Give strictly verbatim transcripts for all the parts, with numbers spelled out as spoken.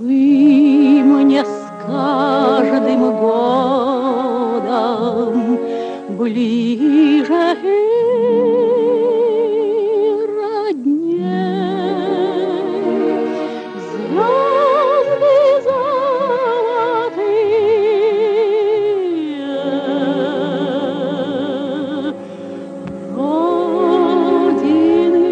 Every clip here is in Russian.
мне с каждым годом ближе и родней. Звезды золотые, Родины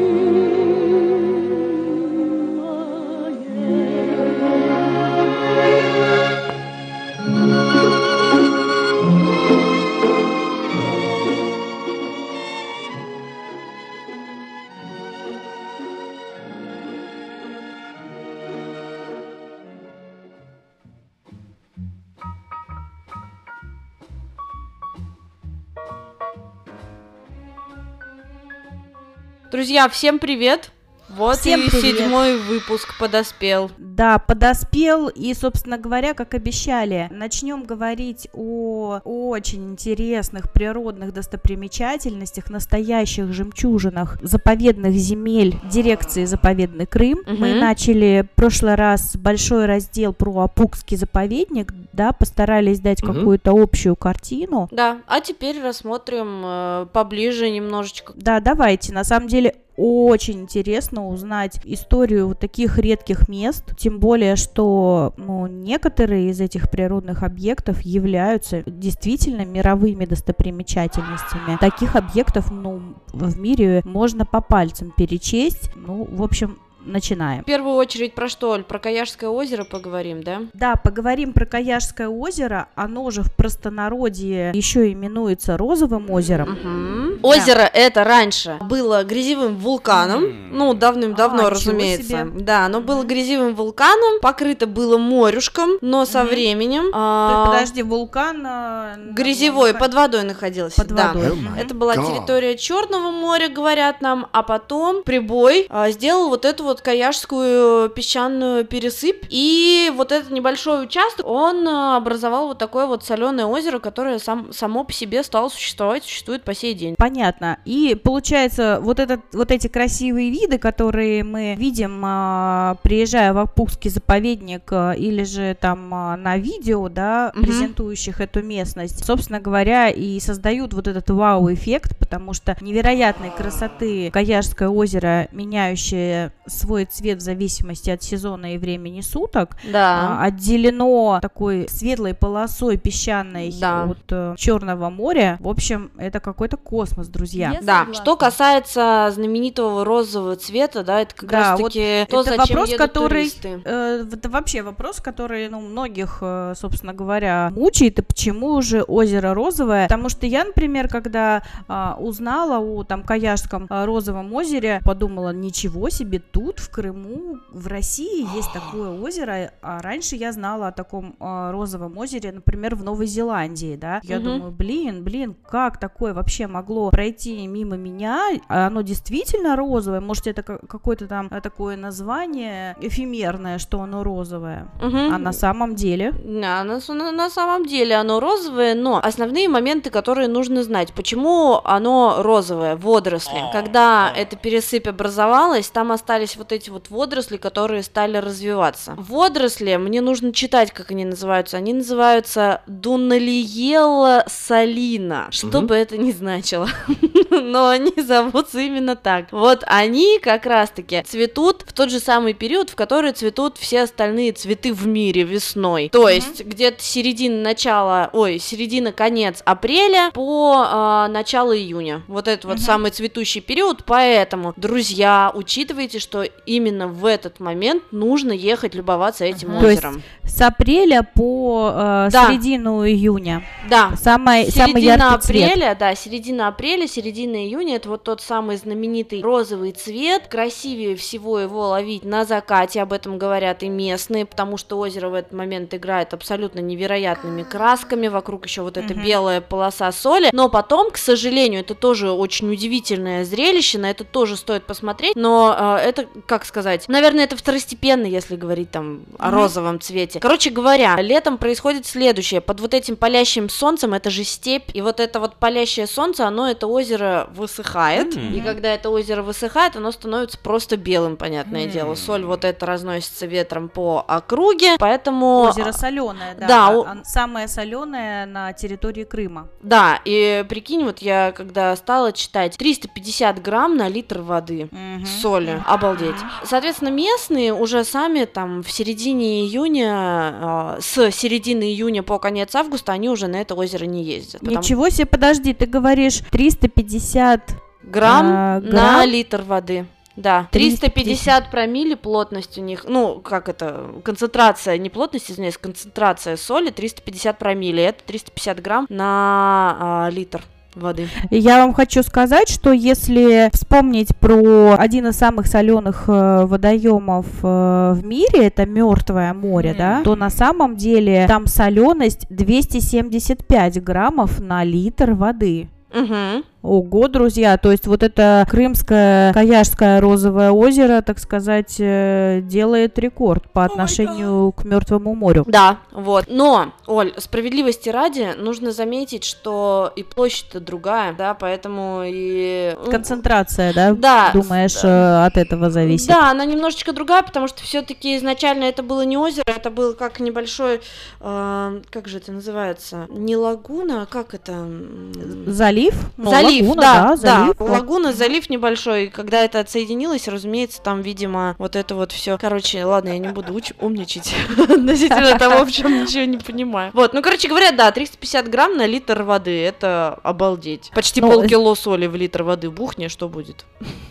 Друзья, всем привет! Вот Всем и привет. седьмой выпуск подоспел. Да, подоспел, и, собственно говоря, как обещали, начнем говорить о очень интересных природных достопримечательностях, настоящих жемчужинах заповедных земель дирекции «Заповедный Крым». Угу. Мы начали в прошлый раз большой раздел про Апукский заповедник, да, постарались дать Угу. какую-то общую картину. Да, а теперь рассмотрим э, поближе немножечко. Да, давайте, на самом деле очень интересно узнать историю вот таких редких мест, тем более, что ну, некоторые из этих природных объектов являются действительно мировыми достопримечательностями. Таких объектов, ну, в мире можно по пальцам перечесть. Ну, в общем, начинаем. В первую очередь про что, Оль? Про Каяшское озеро поговорим, да? Да, поговорим про Каяшское озеро. Оно же в простонародье еще именуется Розовым озером. Угу. Озеро это раньше было грязевым вулканом, ну, давным-давно, А, разумеется. себе. Да, оно было грязевым вулканом, покрыто было морюшком, но со Мгм. временем... То а, есть, подожди, вулкан... а, Грязевой, на- под водой находился. Под да. водой. Oh Мгм. my Это была God. территория Черного моря, говорят нам, а потом прибой а, сделал вот эту вот Каяшскую песчаную пересыпь, и вот этот небольшой участок, он а, образовал вот такое вот соленое озеро, которое сам, само по себе стало существовать, существует по сей день. Понятно. И получается, вот, этот, вот эти красивые виды, которые мы видим, а, приезжая в Апукский заповедник а, или же там а, на видео, да, Мгм. презентующих эту местность, собственно говоря, и создают вот этот вау-эффект, потому что невероятной красоты Каяшское озеро, меняющее свой цвет в зависимости от сезона и времени суток, Да. а, отделено такой светлой полосой песчаной Да. от э, Черного моря. В общем, это какой-то космос, друзья. Я Да, согласна. что касается знаменитого розового цвета, да, это как Да, раз вот таки то, это зачем вопрос, едут который, туристы. э, это вообще вопрос, который, ну, многих, э, собственно говоря, мучает, и почему же озеро розовое? Потому что я, например, когда а, узнала о там Каяшском а, розовом озере, подумала, ничего себе, тут в Крыму, в России есть такое озеро, а раньше я знала о таком а, розовом озере, например, в Новой Зеландии, да, я Мгм. думаю, блин, блин, как такое вообще могло пройти мимо меня, а оно действительно розовое, может, это ка- какое-то там а, такое название эфемерное, что оно розовое, Мгм. а на самом деле... Да, на, с- на- на самом деле оно розовое, но основные моменты, которые нужно знать, почему оно розовое, водоросли. Когда эта пересыпь образовалась, там остались вот эти вот водоросли, которые стали развиваться. Водоросли, мне нужно читать, как они называются. Они называются Дуналиелла салина, что Мгм. бы это ни значило. Но они зовутся именно так. Вот они как раз-таки цветут в тот же самый период, в который цветут все остальные цветы в мире весной. То есть где-то середина начала, ой, середина конец апреля по а, начало июня. Вот это вот Мгм. самый цветущий период. Поэтому, друзья, учитывайте, что именно в этот момент нужно ехать любоваться этим Мгм. То есть озером. С апреля по э, Да. середину июня. Да. Самый, самый Середина яркий цвет. апреля, да, середина апреля, середина июня, это вот тот самый знаменитый розовый цвет. Красивее всего его ловить на закате, об этом говорят и местные, потому что озеро в этот момент играет абсолютно невероятными красками, вокруг еще вот эта Мгм. белая полоса соли, но потом, к сожалению, это тоже очень удивительное зрелище, на это тоже стоит посмотреть, но э, это, как сказать, наверное, это второстепенно, если говорить там о Мгм. розовом цвете. Короче говоря, летом происходит следующее, под вот этим палящим солнцем, это же степь, и вот это вот палящее солнце, оно это озеро высыхает, М. и когда это озеро высыхает, оно становится просто белым, понятное М. дело. Соль вот это разносится ветром по округе, поэтому... Озеро соленое, да. Да, а- о- а самое соленое на территории Крыма. Да, и прикинь, вот я когда стала читать, триста пятьдесят грамм на литр воды. Мгм. Соли, обалдеть. Соответственно, местные уже сами там в середине июня, э, с середины июня по конец августа, они уже на это озеро не ездят. потому- Ничего себе, подожди, ты говоришь триста пятьдесят Грамм а, на грамм? литр воды. Да, триста триста пятьдесят промилле плотность у них, ну, как это, концентрация, не плотность, извиняюсь, концентрация соли триста пятьдесят промилле, это триста пятьдесят грамм на а, литр воды. Я вам хочу сказать, что если вспомнить про один из самых соленых э, водоемов э, в мире, это Мертвое море, Мгм. да, то на самом деле там соленость двести семьдесят пять граммов на литр воды. Угу. Ого, друзья, то есть вот это крымское Каяшское розовое озеро, так сказать, э, делает рекорд по отношению к Мертвому морю. Да, вот. Но, Оль, справедливости ради, нужно заметить, что и площадь-то другая, да, поэтому и... ну, Концентрация, да, Да, думаешь, да. э, от этого зависит? Да, она немножечко другая, потому что все-таки изначально это было не озеро, это был как небольшой, э, как же это называется, не лагуна, а как это? М, Залив? Ну, залив, лагуна, да, да, залив. да, лагуна, залив небольшой. Когда это отсоединилось, разумеется, там, видимо, вот это вот все. Короче, ладно, я не буду уч- умничать относительно того, в чем ничего не понимаю. Вот, ну, короче говоря, да, триста пятьдесят грамм на литр воды, это обалдеть. Почти Ну, полкило соли в литр воды бухни, что будет?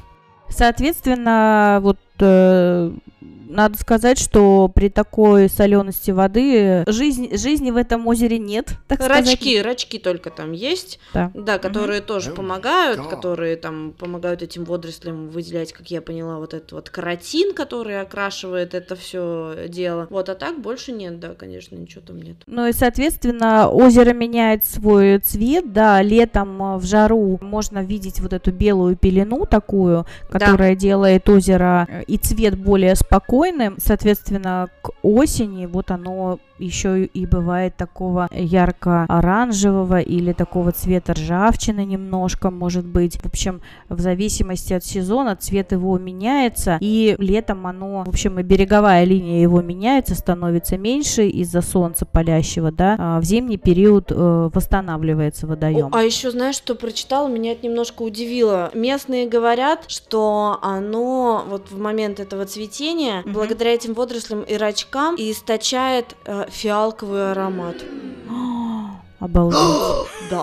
Соответственно, вот э, надо сказать, что при такой солености воды жизнь, жизни в этом озере нет, так сказать. Рачки, рачки только там есть, Да. да, которые тоже Oh помогают, God. которые там помогают этим водорослям выделять, как я поняла, вот этот вот каротин, который окрашивает это все дело. Вот, а так больше нет, да, конечно, ничего там нет. Ну и, соответственно, озеро меняет свой цвет, да, летом э, в жару можно видеть вот эту белую пелену такую, которая делает озеро э, и цвет более спокойным, соответственно, к осени вот оно еще и бывает такого ярко-оранжевого или такого цвета ржавчины немножко, может быть. В общем, в зависимости от сезона цвет его меняется, и летом оно, в общем, и береговая линия его меняется, становится меньше из-за солнца палящего, да, а в зимний период э, восстанавливается водоем. О, а еще знаешь, что прочитала, меня это немножко удивило. Местные говорят, что оно вот в момент этого цветения, Мгм. благодаря этим водорослям и рачкам, источает э, фиалковый аромат. Обалдеть. Да.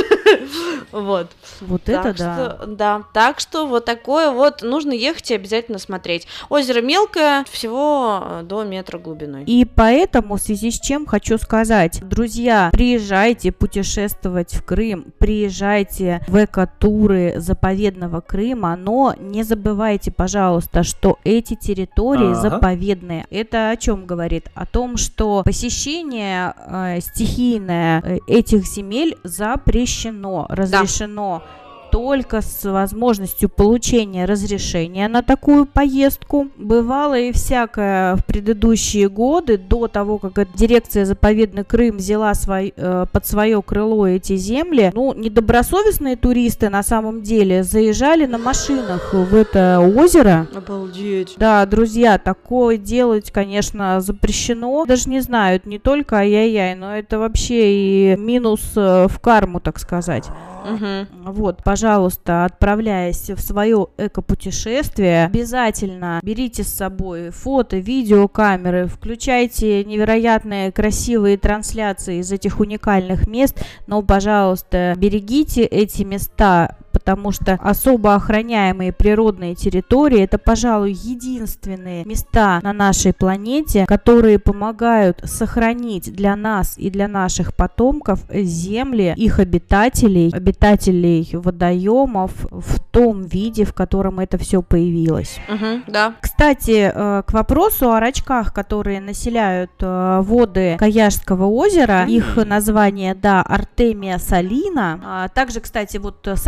Вот. Вот это Так да. что, да. Так что вот такое вот нужно ехать и обязательно смотреть. Озеро мелкое, всего э, до метра глубиной. И поэтому, в связи с чем хочу сказать, друзья, приезжайте путешествовать в Крым, приезжайте в эко-туры заповедного Крыма, но не забывайте, пожалуйста, что эти территории Ага. заповедные. Это о чем говорит? О том, что посещение э, стихийное э, этих земель запрещено, разрешено только с возможностью получения разрешения на такую поездку. Бывало и всякое в предыдущие годы, до того, как эта дирекция «Заповедный Крым» взяла свой, э, под свое крыло эти земли. Ну, недобросовестные туристы на самом деле заезжали на машинах в это озеро. Обалдеть. Да, друзья, такое делать, конечно, запрещено. Даже не знаю, это не только ай-яй-яй, но это вообще и минус э, в карму, так сказать. Угу. Вот, пожалуйста, отправляясь в свое эко-путешествие, обязательно берите с собой фото, видеокамеры, включайте невероятные красивые трансляции из этих уникальных мест, но, пожалуйста, берегите эти места, потому что особо охраняемые природные территории — это, пожалуй, единственные места на нашей планете, которые помогают сохранить для нас и для наших потомков земли, их обитателей, обитателей водоемов в том виде, в котором это все появилось. Угу, да. Кстати, э, к вопросу о рачках, которые населяют э, воды Каяшского озера, их название, да, Артемия салина. А также, кстати, вот салину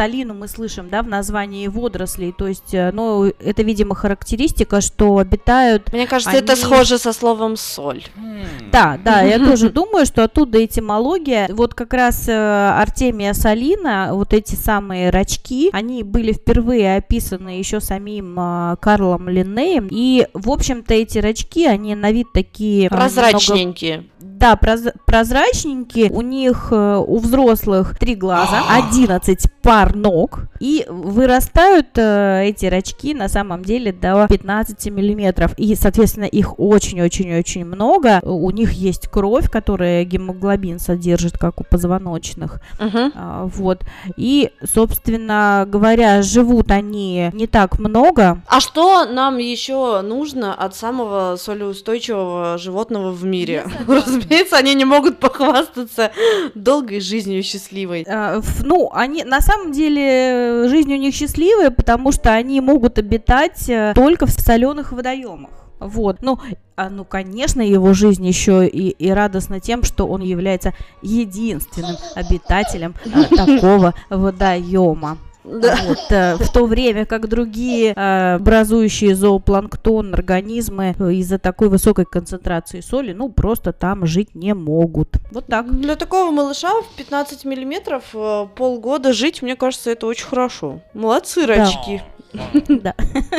мы слышим, да, в названии водорослей. То есть, ну, это, видимо, характеристика, что обитают... Мне кажется, они... это схоже со словом соль. Да, да, я тоже думаю, что оттуда этимология. Вот как раз Артемия Салина, вот эти самые рачки, они были впервые описаны еще самим Карлом Линнеем. И, в общем-то, эти рачки, они на вид такие... Прозрачненькие. Немного... Да, проз- прозрачненькие. У них, у взрослых, три глаза, одиннадцать пар ног. И вырастают э, эти рачки на самом деле до пятнадцати миллиметров. И, соответственно, их очень-очень-очень много. У них есть кровь, которая гемоглобин содержит, как у позвоночных. Uh-huh. А, вот. И, собственно говоря, живут они не так много. А что нам еще нужно от самого солеустойчивого животного в мире? Разумеется, они не могут похвастаться долгой жизнью счастливой. А, ф, ну, они на самом деле жизнь у них счастливая, потому что они могут обитать только в соленых водоемах. Вот, ну, а, ну, конечно, его жизнь еще и, и радостна тем, что он является единственным обитателем а, такого водоема. Да. Вот, э, в то время как другие э, образующие зоопланктон организмы э, из-за такой высокой концентрации соли, ну, просто там жить не могут. Вот так. Для такого малыша в пятнадцать миллиметров э, полгода жить, мне кажется, это очень хорошо. Молодцы, рачки. Да.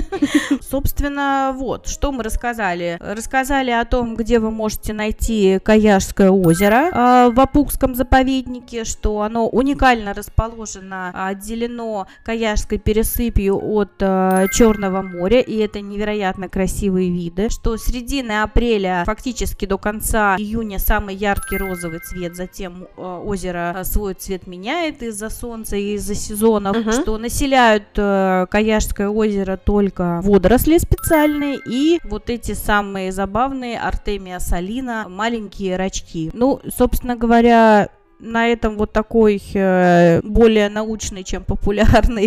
Собственно, вот, что мы рассказали. Рассказали о том, где вы можете найти Каяжское озеро э, в Апукском заповеднике, что оно уникально расположено, отделено Каяжской пересыпью от э, Черного моря, и это невероятно красивые виды, что с середины апреля фактически до конца июня самый яркий розовый цвет, затем э, озеро свой цвет меняет из-за солнца и из-за сезонов, uh-huh. что населяют э, Каяжское озеро только водоросли специальные и вот эти самые забавные Артемия Салина маленькие рачки. Ну, собственно говоря, на этом вот такой э, более научный, чем популярный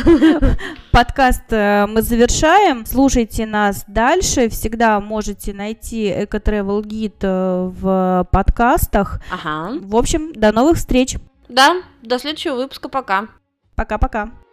подкаст э, мы завершаем. Слушайте нас дальше. Всегда можете найти Eco-Travel Guide э, в подкастах. Ага. В общем, до новых встреч. Да, до следующего выпуска. Пока. Пока-пока.